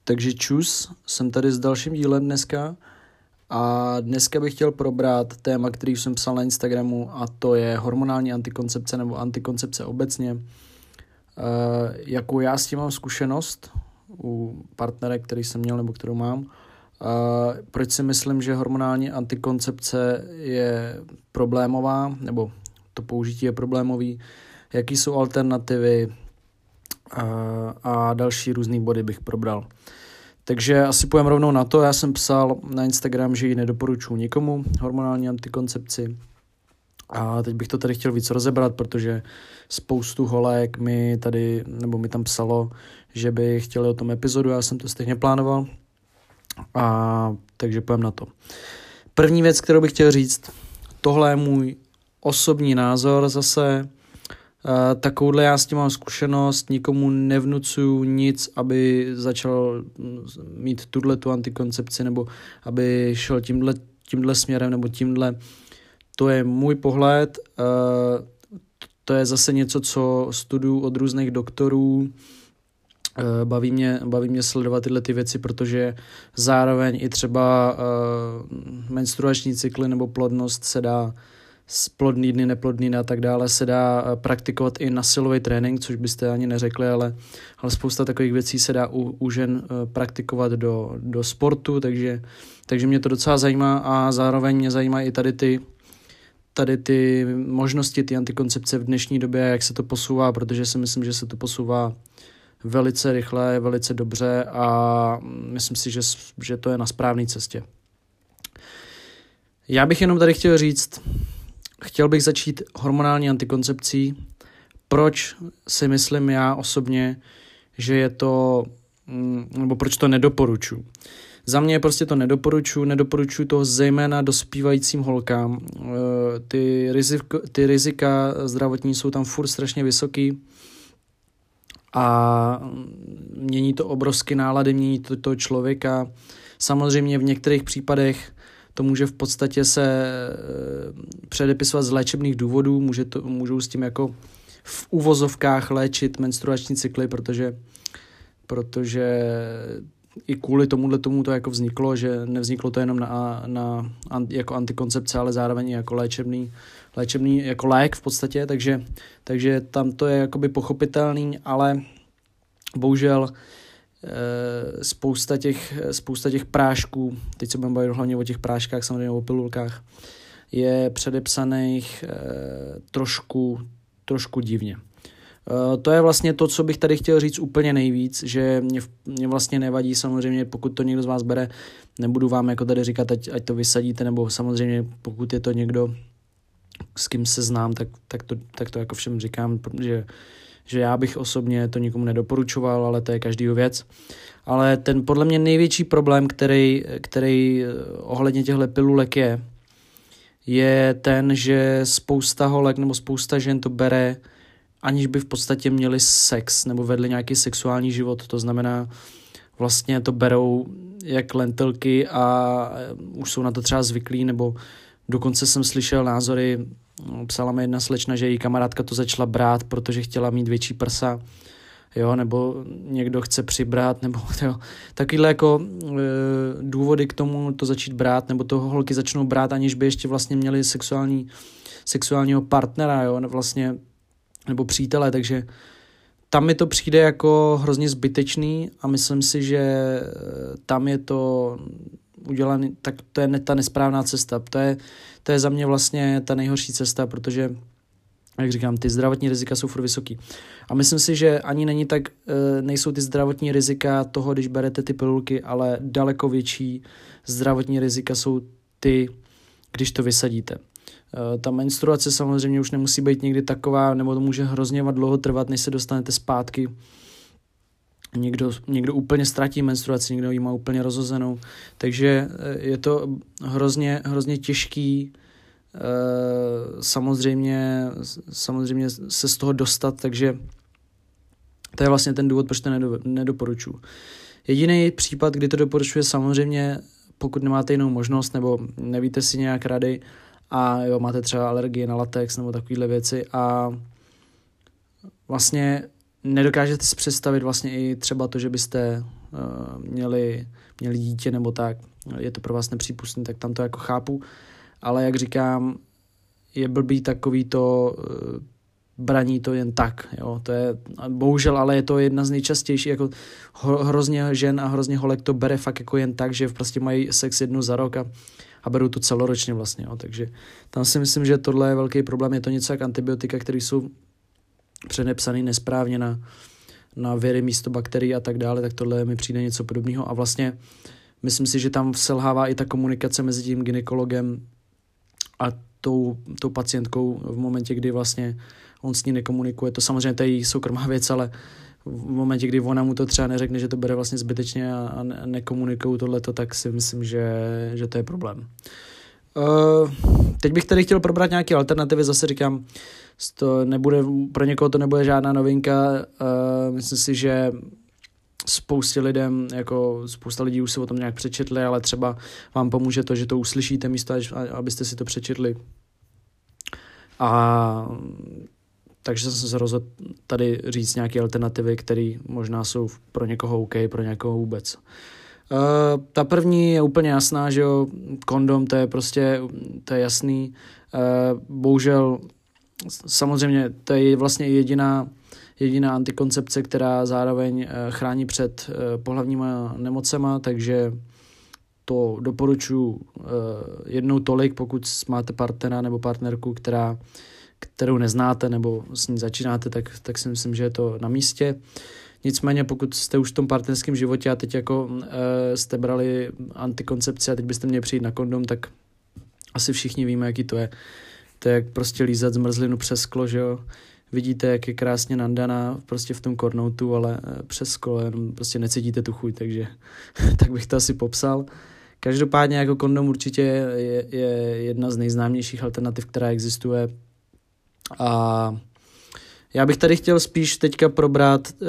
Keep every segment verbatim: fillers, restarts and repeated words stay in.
Takže čus, jsem tady s dalším dílem dneska a dneska bych chtěl probrat téma, který jsem psal na Instagramu, a to je hormonální antikoncepce nebo antikoncepce obecně. Uh, jakou já s tím mám zkušenost u partnerek, který jsem měl nebo kterou mám. Uh, proč si myslím, že hormonální antikoncepce je problémová, nebo to použití je problémový, jaký jsou alternativy uh, a další různý body bych probral. Takže asi půjdeme rovnou na to. Já jsem psal na Instagram, že ji nedoporučuji nikomu, hormonální antikoncepci. A teď bych to tady chtěl víc rozebrat, protože spoustu holek mi tady, nebo mi tam psalo, že by chtěli o tom epizodu, já jsem to stejně plánoval. A takže půjdeme na to. První věc, kterou bych chtěl říct, tohle je můj osobní názor zase. Uh, takovouhle já s tím mám zkušenost, nikomu nevnucuju nic, aby začal mít tuhletu antikoncepci nebo aby šel tímhle, tímhle směrem nebo tímhle. To je můj pohled, uh, to je zase něco, co studuju od různých doktorů. Uh, baví mě, baví mě sledovat tyhle ty věci, protože zároveň i třeba uh, menstruační cykly nebo plodnost se dá plodný dny, neplodný dny a tak dále se dá praktikovat i na silový trénink, což byste ani neřekli, ale, ale spousta takových věcí se dá u, u žen praktikovat do, do sportu, takže, takže mě to docela zajímá a zároveň mě zajímají i tady ty, tady ty možnosti, ty antikoncepce v dnešní době, jak se to posouvá, protože si myslím, že se to posouvá velice rychle, velice dobře a myslím si, že, že to je na správné cestě. Já bych jenom tady chtěl říct, Chtěl bych začít hormonální antikoncepcí. Proč si myslím já osobně, že je to, nebo proč to nedoporučuji. Za mě prostě to nedoporučuji, nedoporučuji to zejména dospívajícím holkám. Ty, riziko, ty rizika zdravotní jsou tam furt strašně vysoký a mění to obrovsky nálady, mění to toho člověka. Samozřejmě v některých případech to může v podstatě se předepisovat z léčebných důvodů, může to, můžou s tím jako v uvozovkách léčit menstruační cykly, protože, protože i kvůli tomuhle tomu to jako vzniklo, že nevzniklo to jenom na, na, jako antikoncepce, ale zároveň jako léčebný, léčebný jako lék v podstatě, takže, takže tam to je jakoby pochopitelný, ale bohužel Spousta těch, spousta těch prášků, teď se budeme bavit hlavně o těch práškách, samozřejmě o pilulkách, je předepsaných eh, trošku, trošku divně. Eh, to je vlastně to, co bych tady chtěl říct úplně nejvíc, že mě, mě vlastně nevadí samozřejmě, pokud to někdo z vás bere, nebudu vám jako tady říkat, ať, ať to vysadíte, nebo samozřejmě pokud je to někdo, s kým se znám, tak, tak, to, tak to jako všem říkám, že že já bych osobně to nikomu nedoporučoval, ale to je každýho věc. Ale ten podle mě největší problém, který, který ohledně těchto pilulek je, je ten, že spousta holek nebo spousta žen to bere, aniž by v podstatě měli sex nebo vedli nějaký sexuální život. To znamená, vlastně to berou jak lentilky a už jsou na to třeba zvyklí, nebo dokonce jsem slyšel názory, psala mi jedna slečna, že její kamarádka to začala brát, protože chtěla mít větší prsa, jo, nebo někdo chce přibrat, nebo jo, takovýhle jako e, důvody k tomu to začít brát, nebo to holky začnou brát, aniž by ještě vlastně měli sexuální, sexuálního partnera, jo, vlastně, nebo přítele, takže tam mi to přijde jako hrozně zbytečný a myslím si, že tam je to udělaný, tak to je ta nesprávná cesta. To je, to je za mě vlastně ta nejhorší cesta, protože, jak říkám, ty zdravotní rizika jsou furt vysoký. A myslím si, že ani není tak, nejsou ty zdravotní rizika toho, když berete ty pilulky, ale daleko větší zdravotní rizika jsou ty, když to vysadíte. Ta menstruace samozřejmě už nemusí být někdy taková, nebo to může hrozně dlouho trvat, než se dostanete zpátky. Někdo, někdo úplně ztratí menstruaci, někdo ji má úplně rozhozenou, takže je to hrozně, hrozně těžký samozřejmě, samozřejmě se z toho dostat, takže to je vlastně ten důvod, proč to nedoporučuji. Jediný případ, kdy to doporučuje, samozřejmě, pokud nemáte jinou možnost nebo nevíte si nějak rady a jo, máte třeba alergii na latex nebo takovéhle věci a vlastně nedokážete si představit vlastně i třeba to, že byste uh, měli, měli dítě nebo tak, je to pro vás nepřípustné, tak tam to jako chápu, ale jak říkám, je blbý takový to uh, braní to jen tak, jo, to je, bohužel, ale je to jedna z nejčastějších, jako ho, hrozně žen a hrozně holek to bere fakt jako jen tak, že prostě mají sex jednou za rok a, a berou to celoročně vlastně, jo, takže tam si myslím, že tohle je velký problém, je to něco jak antibiotika, které jsou předepsaný nesprávně na, na viry místo bakterií a tak dále, tak tohle mi přijde něco podobného a vlastně myslím si, že tam selhává i ta komunikace mezi tím gynekologem a tou, tou pacientkou v momentě, kdy vlastně on s ní nekomunikuje. To samozřejmě to je její soukromá věc, ale v momentě, kdy ona mu to třeba neřekne, že to bere vlastně zbytečně a, a nekomunikují tohleto, tak si myslím, že, že to je problém. Uh, teď bych tady chtěl probrat nějaké alternativy, zase říkám, to nebude, pro někoho to nebude žádná novinka, uh, myslím si, že spoustě lidem, jako spousta lidí už se o tom nějak přečetli, ale třeba vám pomůže to, že to uslyšíte místo, abyste si to přečetli. A takže jsem se rozhodl tady říct nějaké alternativy, které možná jsou pro někoho OK, pro někoho vůbec. Uh, ta první je úplně jasná, že jo, kondom, to je prostě, to je jasný. Uh, bohužel, samozřejmě, to je vlastně jediná, jediná antikoncepce, která zároveň uh, chrání před uh, pohlavníma nemocema, takže to doporučuji uh, jednou tolik, pokud máte partnera nebo partnerku, která, kterou neznáte nebo s ní začínáte, tak, tak si myslím, že je to na místě. Nicméně, pokud jste už v tom partnerském životě a teď jako e, jste brali antikoncepci a teď byste měli přijít na kondom, tak asi všichni víme, jaký to je. To je jak prostě lízat zmrzlinu přes sklo, že jo. Vidíte, jak je krásně nandaná prostě v tom kornoutu, ale přes sklo jenom prostě necítíte tu chuť, takže tak bych to asi popsal. Každopádně jako kondom určitě je, je jedna z nejznámějších alternativ, která existuje. A já bych tady chtěl spíš teďka probrat uh,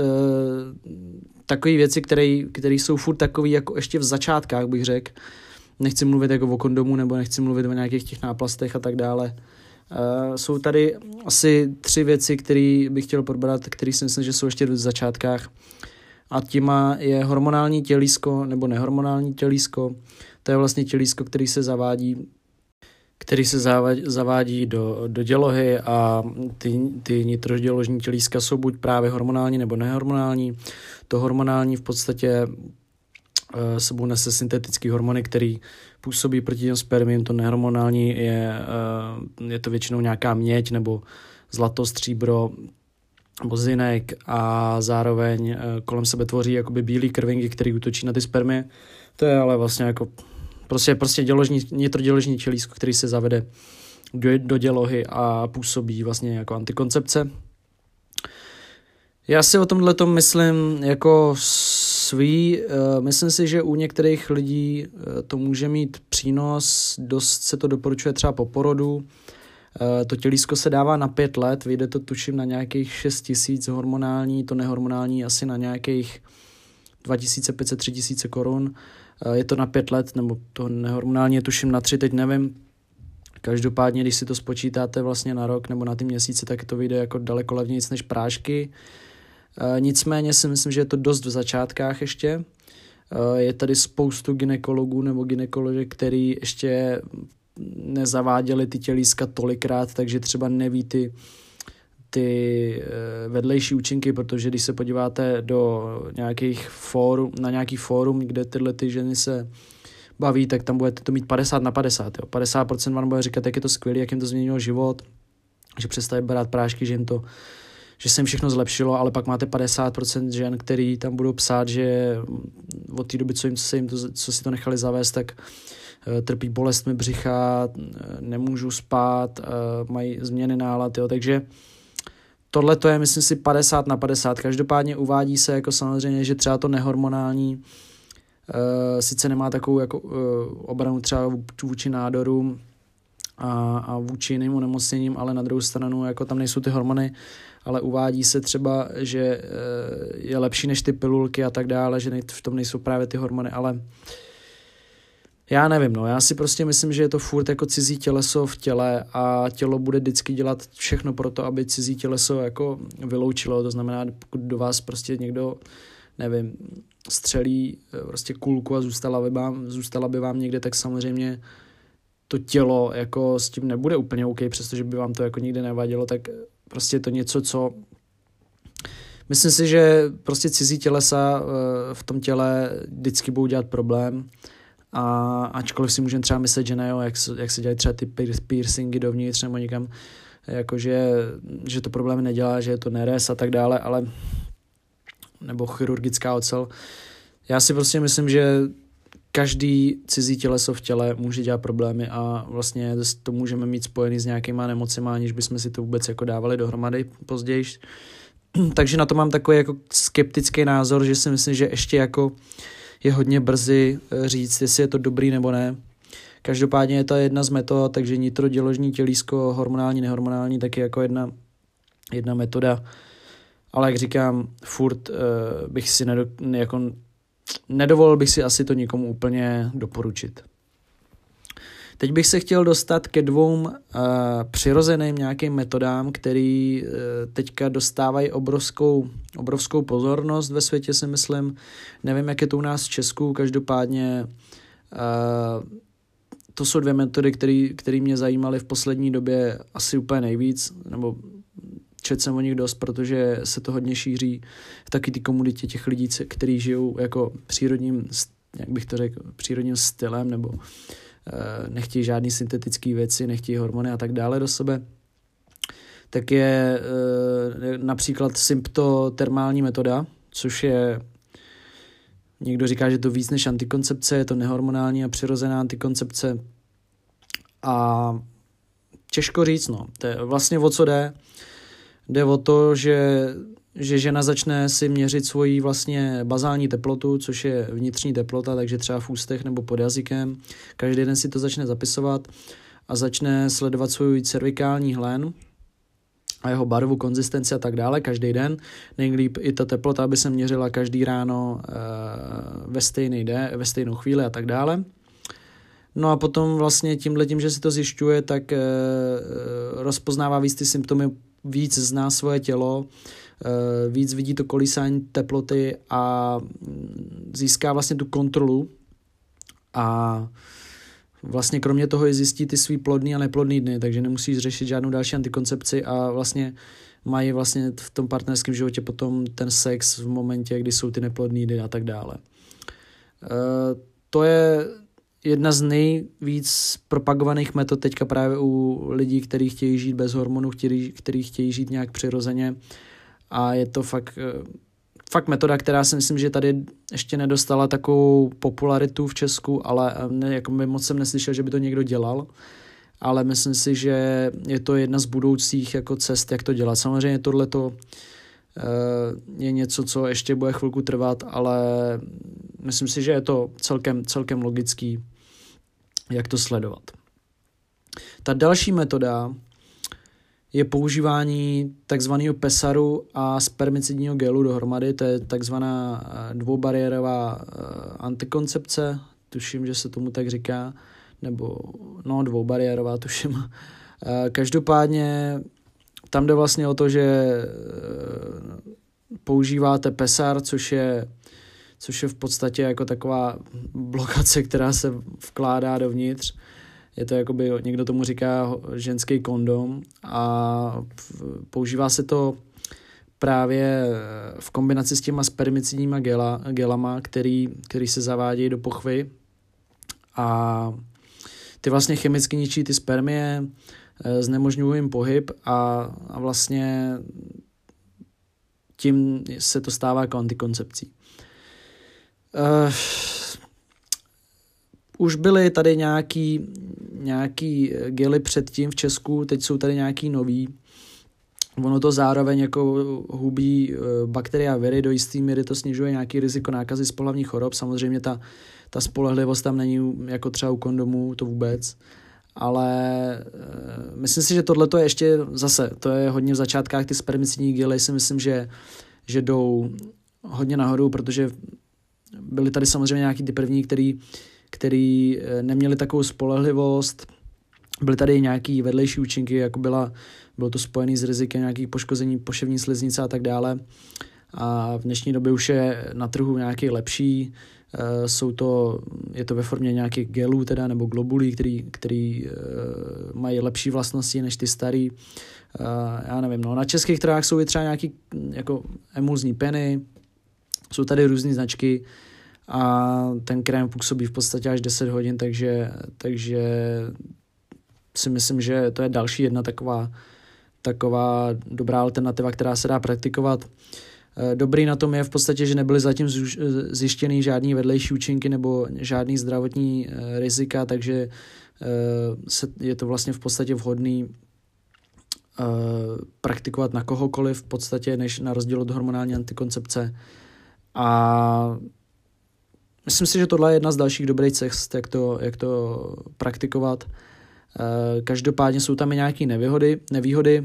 takové věci, které jsou furt takový jako ještě v začátkách, bych řekl. Nechci mluvit jako o kondomu, nebo nechci mluvit o nějakých těch náplastech a tak dále. Uh, jsou tady asi tři věci, které bych chtěl probrat, které si myslím, že jsou ještě v začátkách. A těma je hormonální tělísko nebo nehormonální tělísko. To je vlastně tělísko, který se zavádí který se zavádí do, do dělohy a ty, ty nitroděložní tělíska jsou buď právě hormonální nebo nehormonální. To hormonální v podstatě uh, sebou nese syntetické hormony, které působí proti těm spermím. To nehormonální je, uh, je to většinou nějaká měď nebo zlato, stříbro nebo zinek a zároveň uh, kolem sebe tvoří jakoby bílý krvinky, které útočí na ty spermy. To je ale vlastně jako Prostě, prostě děložní, nitroděložní tělísko, který se zavede do, do dělohy a působí vlastně jako antikoncepce. Já si o tomhletom myslím jako svý. Myslím si, že u některých lidí to může mít přínos, dost se to doporučuje třeba po porodu. To tělísko se dává na pět let, vyjde to tuším na nějakých šest tisíc hormonální, to nehormonální asi na nějakých dva tisíce pět set tři tisíce korun. Je to na pět let, nebo to nehormonální je tuším na tři, teď nevím. Každopádně, když si to spočítáte vlastně na rok nebo na ty měsíce, tak to vyjde jako daleko levnějc než prášky. E, nicméně si myslím, že je to dost v začátkách ještě. E, je tady spoustu gynekologů nebo gynekoložek, který ještě nezaváděli ty tělíska tolikrát, takže třeba neví ty ty vedlejší účinky, protože když se podíváte do nějakých fórum, na nějaký fórum, kde tyhle ty ženy se baví, tak tam budete to mít padesát na padesát. Jo. padesát procent vám bude říkat, jak je to skvělé, jak jim to změnilo život, že přestali brát prášky, že jim to, že se jim všechno zlepšilo, ale pak máte padesát procent žen, který tam budou psát, že od té doby, co, jim, co, se jim to, co si to nechali zavést, tak trpí bolestmi břicha, nemůžu spát, mají změny nálad, jo. Takže tohle to je, myslím si, padesát na padesát. Každopádně uvádí se jako samozřejmě, že třeba to nehormonální uh, sice nemá takovou jako uh, obranu třeba vůči nádorům a, a vůči jiným onemocněním, ale na druhou stranu jako tam nejsou ty hormony, ale uvádí se třeba, že uh, je lepší než ty pilulky a tak dále, že v tom nejsou právě ty hormony, ale Já nevím, no, já si prostě myslím, že je to furt jako cizí těleso v těle a tělo bude vždycky dělat všechno pro to, aby cizí těleso jako vyloučilo, to znamená, pokud do vás prostě někdo, nevím, střelí prostě kulku a zůstala by vám, zůstala by vám někde, tak samozřejmě to tělo jako s tím nebude úplně OK, přestože by vám to jako nikdy nevadilo, tak prostě je to něco, co myslím si, že prostě cizí tělesa v tom těle vždycky budou dělat problém. A ačkoliv si můžeme třeba myslet, že ne, jo, jak, jak se dělají třeba ty piercingy dovnitř nebo někam, jakože, že to problémy nedělá, že je to nerez a tak dále, ale nebo chirurgická ocel. Já si prostě myslím, že každý cizí těleso v těle může dělat problémy a vlastně to můžeme mít spojený s nějakýma nemocema, aniž bychom si to vůbec jako dávali dohromady později. Takže na to mám takový jako skeptický názor, že si myslím, že ještě jako je hodně brzy říct, jestli je to dobrý nebo ne. Každopádně je to jedna z metod, takže nitroděložní tělísko, hormonální, nehormonální, taky jako jedna, jedna metoda. Ale jak říkám, furt uh, bych si nedo, jako, nedovolil bych si asi to nikomu úplně doporučit. Teď bych se chtěl dostat ke dvou uh, přirozeným nějakým metodám, který uh, teďka dostávají obrovskou, obrovskou pozornost ve světě, si myslím. Nevím, jak je to u nás v Česku, každopádně uh, to jsou dvě metody, které mě zajímaly v poslední době asi úplně nejvíc, nebo četl jsem o nich dost, protože se to hodně šíří v taky ty komunitě těch lidí, kteří žijou jako přírodním, jak bych to řekl, přírodním stylem, nebo nechtějí žádný syntetické věci, nechtějí hormony a tak dále do sebe, tak je e, například symptotermální metoda, což je, někdo říká, že to víc než antikoncepce, je to nehormonální a přirozená antikoncepce a těžko říct, no. To je vlastně o co jde. Jde o to, že že žena začne si měřit svoji vlastně bazální teplotu, což je vnitřní teplota, takže třeba v ústech nebo pod jazykem. Každý den si to začne zapisovat a začne sledovat svůj cervikální hlen a jeho barvu, konzistenci a tak dále každý den. Nejlíp i ta teplota, aby se měřila každý ráno e, ve, stejný den, ve stejnou chvíli a tak dále. No a potom vlastně tímhletím, že si to zjišťuje, tak e, rozpoznává víc ty symptomy, víc zná svoje tělo, víc vidí to kolísání teploty a získá vlastně tu kontrolu a vlastně kromě toho i zjistí ty svý plodný a neplodný dny, takže nemusí řešit žádnou další antikoncepci a vlastně mají vlastně v tom partnerském životě potom ten sex v momentě, kdy jsou ty neplodný dny a tak dále. To je jedna z nejvíc propagovaných metod teďka právě u lidí, kteří chtějí žít bez hormonů, kteří, kteří chtějí žít nějak přirozeně. A je to fakt, fakt metoda, která si myslím, že tady ještě nedostala takovou popularitu v Česku, ale ne, jako moc jsem neslyšel, že by to někdo dělal. Ale myslím si, že je to jedna z budoucích jako cest, jak to dělat. Samozřejmě tohleto je něco, co ještě bude chvilku trvat, ale myslím si, že je to celkem, celkem logický, jak to sledovat. Ta další metoda je používání takzvaného pesaru a spermicidního gelu dohromady, to je takzvaná dvoubariérová antikoncepce, tuším, že se tomu tak říká, nebo no dvoubariérová, tuším. Každopádně tam jde vlastně o to, že používáte pesar, což je, což je v podstatě jako taková blokace, která se vkládá dovnitř. Je to jakoby, někdo tomu říká ženský kondom a používá se to právě v kombinaci s těma spermicidníma gela, gelama, který, který se zavádějí do pochvy a ty vlastně chemicky ničí ty spermie, znemožňují jim pohyb a, a vlastně tím se to stává jako antikoncepcí. Uh, už byly tady nějaký, nějaký gely předtím v Česku, teď jsou tady nějaký nový. Ono to zároveň jako hubí bakterie a viry, do jistý míry to snižuje nějaký riziko nákazy z pohlavních chorob. Samozřejmě ta, ta spolehlivost tam není jako třeba u kondomů, to vůbec. Ale uh, myslím si, že tohle je ještě zase, to je hodně v začátkách, ty spermicidní gely si myslím, že, že jdou hodně nahoru, protože byly tady samozřejmě nějaký ty první, který který neměli takovou spolehlivost. Byly tady nějaké vedlejší účinky, jako byla, bylo to spojené s rizikem nějakých poškození poševní sliznice a tak dále. A v dnešní době už je na trhu nějaký lepší. Jsou to, je to ve formě nějakých gelů teda, nebo globulí, který, který mají lepší vlastnosti než ty starý. Já nevím, no na českých trhách jsou i třeba nějaký jako emulzní peny, jsou tady různé značky a ten krém působí v podstatě až deset hodin, takže, takže si myslím, že to je další jedna taková, taková dobrá alternativa, která se dá praktikovat. Dobrý na tom je v podstatě, že nebyly zatím zjištěny žádný vedlejší účinky nebo žádný zdravotní rizika, takže je to vlastně v podstatě vhodný praktikovat na kohokoliv v podstatě, než na rozdíl od hormonální antikoncepce. A myslím si, že tohle je jedna z dalších dobrých cest, jak to, jak to praktikovat. Každopádně jsou tam i nějaké nevýhody, nevýhody.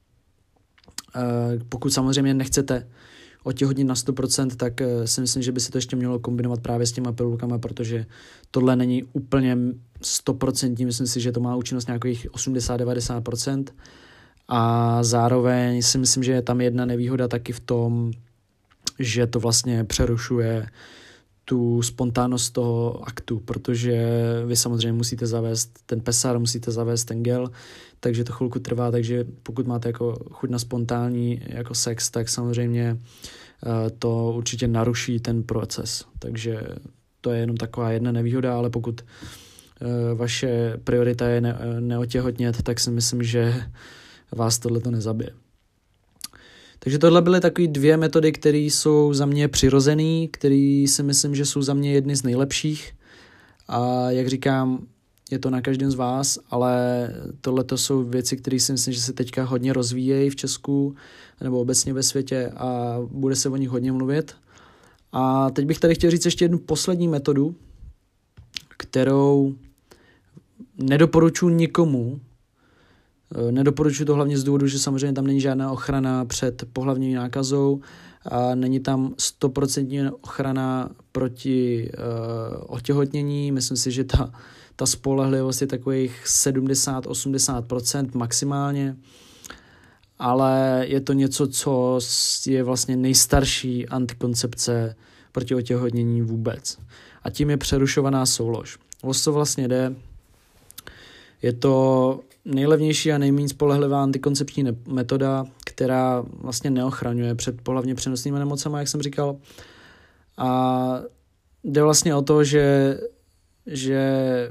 Pokud samozřejmě nechcete otěhotnit na sto procent, tak si myslím, že by se to ještě mělo kombinovat právě s těma pilulkama, protože tohle není úplně sto procent, myslím si, že to má účinnost nějakých osmdesát až devadesát procent. A zároveň si myslím, že je tam jedna nevýhoda taky v tom, že to vlastně přerušuje tu spontánnost toho aktu, protože vy samozřejmě musíte zavést ten pesar, musíte zavést ten gel, takže to chvilku trvá, takže pokud máte jako chuť na spontánní jako sex, tak samozřejmě to určitě naruší ten proces. Takže to je jenom taková jedna nevýhoda, ale pokud vaše priorita je ne- neotěhotnět, tak si myslím, že vás tohleto nezabije. Takže tohle byly takové dvě metody, které jsou za mě přirozený, které si myslím, že jsou za mě jedny z nejlepších. A jak říkám, je to na každém z vás, ale tohle to jsou věci, které si myslím, že se teďka hodně rozvíjejí v Česku nebo obecně ve světě a bude se o nich hodně mluvit. A teď bych tady chtěl říct ještě jednu poslední metodu, kterou nedoporučuji nikomu. Nedoporučuji to hlavně z důvodu, že samozřejmě tam není žádná ochrana před pohlavní nákazou a není tam stoprocentní ochrana proti uh, otěhotnění. Myslím si, že ta, ta spolehlivost je takových sedmdesát až osmdesát procent maximálně, ale je to něco, co je vlastně nejstarší antikoncepce proti otěhotnění vůbec. A tím je přerušovaná soulož. O co vlastně jde? Je to nejlevnější a nejméně spolehlivá antikoncepční metoda, která vlastně neochraňuje před pohlavně přenosnými nemocemi, jak jsem říkal. A jde vlastně o to, že, že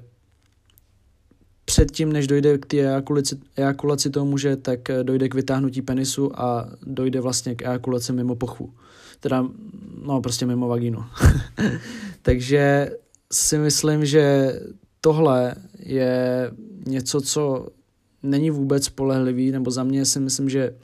předtím, než dojde k té ejakulaci, ejakulaci toho muže, tak dojde k vytáhnutí penisu a dojde vlastně k ejakulaci mimo pochvu. Teda, no prostě mimo vagínu. Takže si myslím, že tohle je něco, co není vůbec spolehlivý, nebo za mě si myslím, že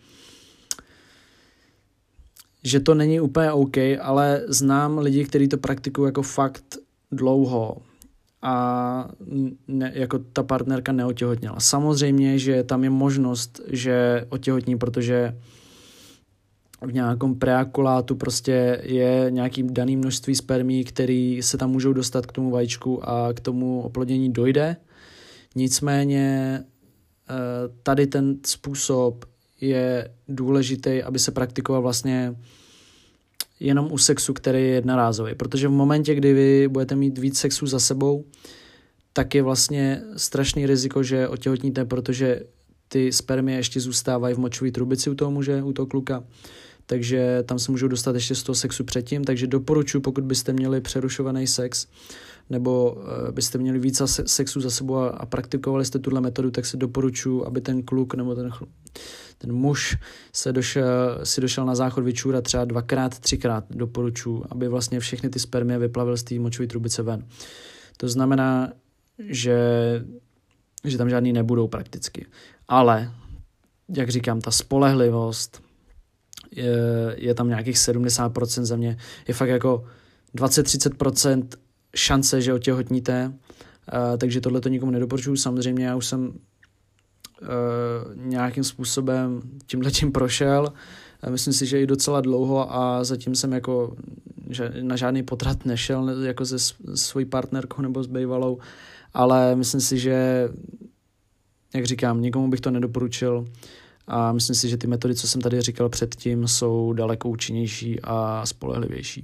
že to není úplně OK, ale znám lidi, kteří to praktikují jako fakt dlouho a ne, jako ta partnerka neotěhotněla. Samozřejmě, že tam je možnost, že otěhotní, protože v nějakém preakulátu prostě je nějaký daný množství spermí, který se tam můžou dostat k tomu vajíčku a k tomu oplodnění dojde. Nicméně tady ten způsob je důležitý, aby se praktikoval vlastně jenom u sexu, který je jednorázový. Protože v momentě, kdy vy budete mít víc sexu za sebou, tak je vlastně strašný riziko, že otěhotníte, protože ty spermie ještě zůstávají v močové trubici u toho muže, u toho kluka. Takže tam se můžou dostat ještě z toho sexu předtím. Takže doporučuji, pokud byste měli přerušovaný sex, nebo uh, byste měli víc sexu za sebou a, a praktikovali jste tuhle metodu, tak se doporučuji, aby ten kluk nebo ten, ten muž se došel, si došel na záchod vyčůrat třeba dvakrát, třikrát. Doporučuji, aby vlastně všechny ty spermie vyplavil z té močové trubice ven. To znamená, že, že tam žádný nebudou prakticky. Ale, jak říkám, ta spolehlivost je, je tam nějakých sedmdesát procent za mě. Je fakt jako dvacet až třicet procent šance, že otěhotníte, uh, takže tohle to nikomu nedoporučuju. Samozřejmě já už jsem uh, nějakým způsobem tímhletím prošel Myslím si, že i docela dlouho a zatím jsem jako že na žádný potrat nešel jako se svojí partnerkou nebo s bývalou, ale myslím si, že jak říkám, nikomu bych to nedoporučil a myslím si, že ty metody, co jsem tady říkal předtím, jsou daleko účinnější a spolehlivější.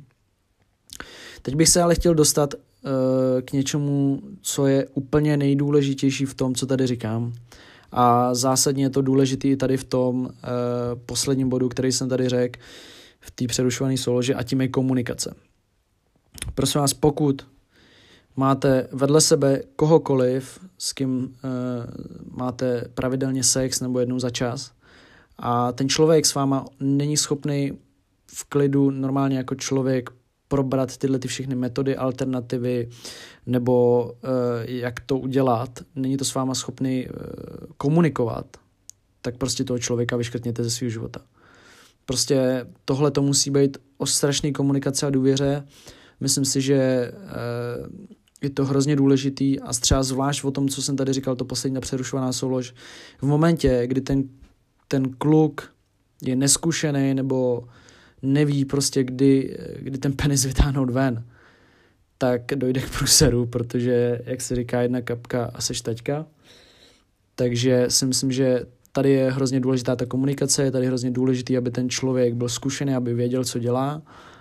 Teď bych se ale chtěl dostat uh, k něčemu, co je úplně nejdůležitější v tom, co tady říkám. A zásadně je to důležité i tady v tom uh, posledním bodu, který jsem tady řekl, v té přerušované souloži, a tím je komunikace. Prosím vás, pokud máte vedle sebe kohokoliv, s kým uh, máte pravidelně sex nebo jednou za čas a ten člověk s váma není schopný v klidu normálně jako člověk probrat tyhle ty všechny metody, alternativy nebo uh, jak to udělat, není to s váma schopný uh, komunikovat, tak prostě toho člověka vyškrtněte ze svého života. Prostě tohle to musí být o strašné komunikaci a důvěře. Myslím si, že uh, je to hrozně důležitý a třeba zvlášť o tom, co jsem tady říkal, to poslední přerušovaná soulož. V momentě, kdy ten, ten kluk je neskušený nebo neví prostě, kdy, kdy ten penis vytáhnout ven, tak dojde k průseru, protože, jak se říká, jedna kapka a seš taťka. Takže si myslím, že tady je hrozně důležitá ta komunikace, je tady hrozně důležitý, aby ten člověk byl zkušený, aby věděl, co dělá.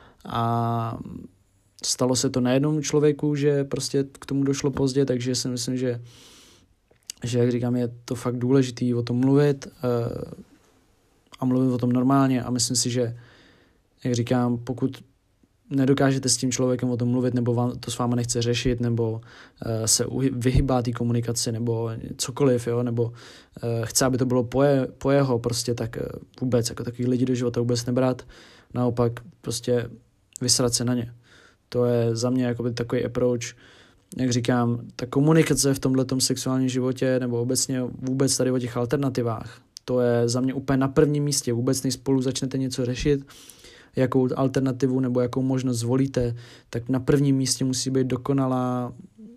A stalo se to na jednom člověku, že prostě k tomu došlo pozdě, takže si myslím, že, že jak říkám, je to fakt důležitý o tom mluvit uh, a mluvit o tom normálně a myslím si, že jak říkám, pokud nedokážete s tím člověkem o tom mluvit, nebo vám to s váma nechce řešit, nebo uh, se vyhybá té komunikaci, nebo cokoliv, jo, nebo uh, chce, aby to bylo po, je, po jeho, prostě tak uh, vůbec, jako takový lidi do života vůbec nebrat, naopak prostě vysrat se na ně. To je za mě jakoby takový approach, jak říkám, ta komunikace v tomhletom sexuálním životě, nebo obecně vůbec tady o těch alternativách, to je za mě úplně na prvním místě. Vůbec než spolu začnete něco řešit, jakou alternativu nebo jakou možnost zvolíte, tak na prvním místě musí být dokonalá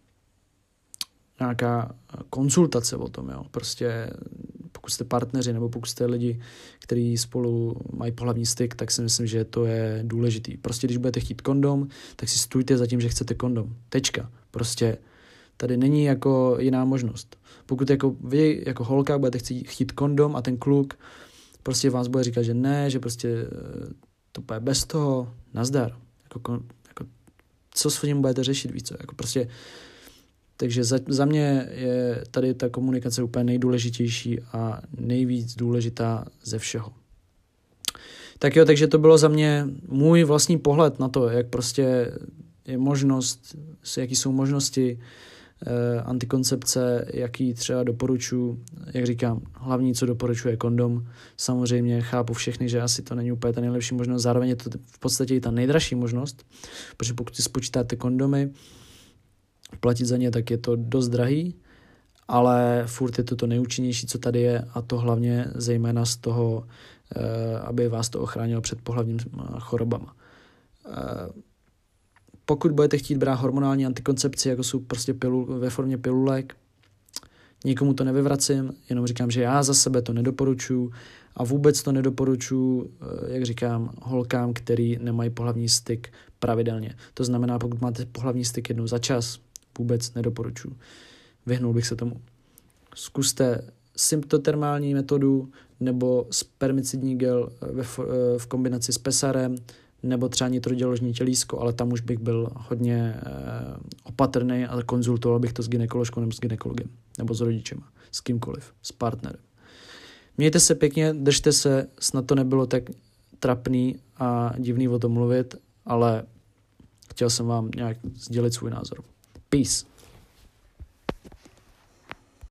nějaká konzultace o tom, jo. Prostě pokud jste partneři nebo pokud jste lidi, kteří spolu mají pohlavní styk, tak si myslím, že to je důležitý. Prostě když budete chtít kondom, tak si stůjte za tím, že chcete kondom. Tečka. Prostě tady není jako jiná možnost. Pokud jako vy jako holka budete chtít kondom a ten kluk prostě vás bude říkat, že ne, že prostě to bude bez toho, nazdar. Jako, jako, co s tím budete řešit, víc co? Jako prostě, takže za, za mě je tady ta komunikace úplně nejdůležitější a nejvíc důležitá ze všeho. Tak jo, takže to bylo za mě můj vlastní pohled na to, jak prostě je možnost, jaký jsou možnosti eh, antikoncepce, jaký třeba doporučuji, jak říkám, hlavní, co doporučuje kondom. Samozřejmě chápu všechny, že asi to není úplně ta nejlepší možnost, zároveň je to v podstatě i ta nejdražší možnost, protože pokud si spočítáte kondomy, platit za ně, tak je to dost drahý, ale furt je to to nejúčinnější, co tady je, a to hlavně zejména z toho, eh, aby vás to ochránilo před pohlavním chorobama. Eh, Pokud budete chtít brát hormonální antikoncepci, jako jsou prostě pilul, ve formě pilulek, nikomu to nevyvracím, jenom říkám, že já za sebe to nedoporučuji a vůbec to nedoporučuji, jak říkám, holkám, který nemají pohlavní styk pravidelně. To znamená, pokud máte pohlavní styk jednou za čas, vůbec nedoporučuji. Vyhnul bych se tomu. Zkuste symptotermální metodu nebo spermicidní gel ve, v kombinaci s pesarem, nebo třeba nitroděložní tělísko, ale tam už bych byl hodně eh, opatrný a konzultoval bych to s gynekoložkou nebo s gynekologem, nebo s rodičema, s kýmkoliv, s partnerem. Mějte se pěkně, držte se, snad to nebylo tak trapný a divný o tom mluvit, ale chtěl jsem vám nějak sdělit svůj názor. Peace.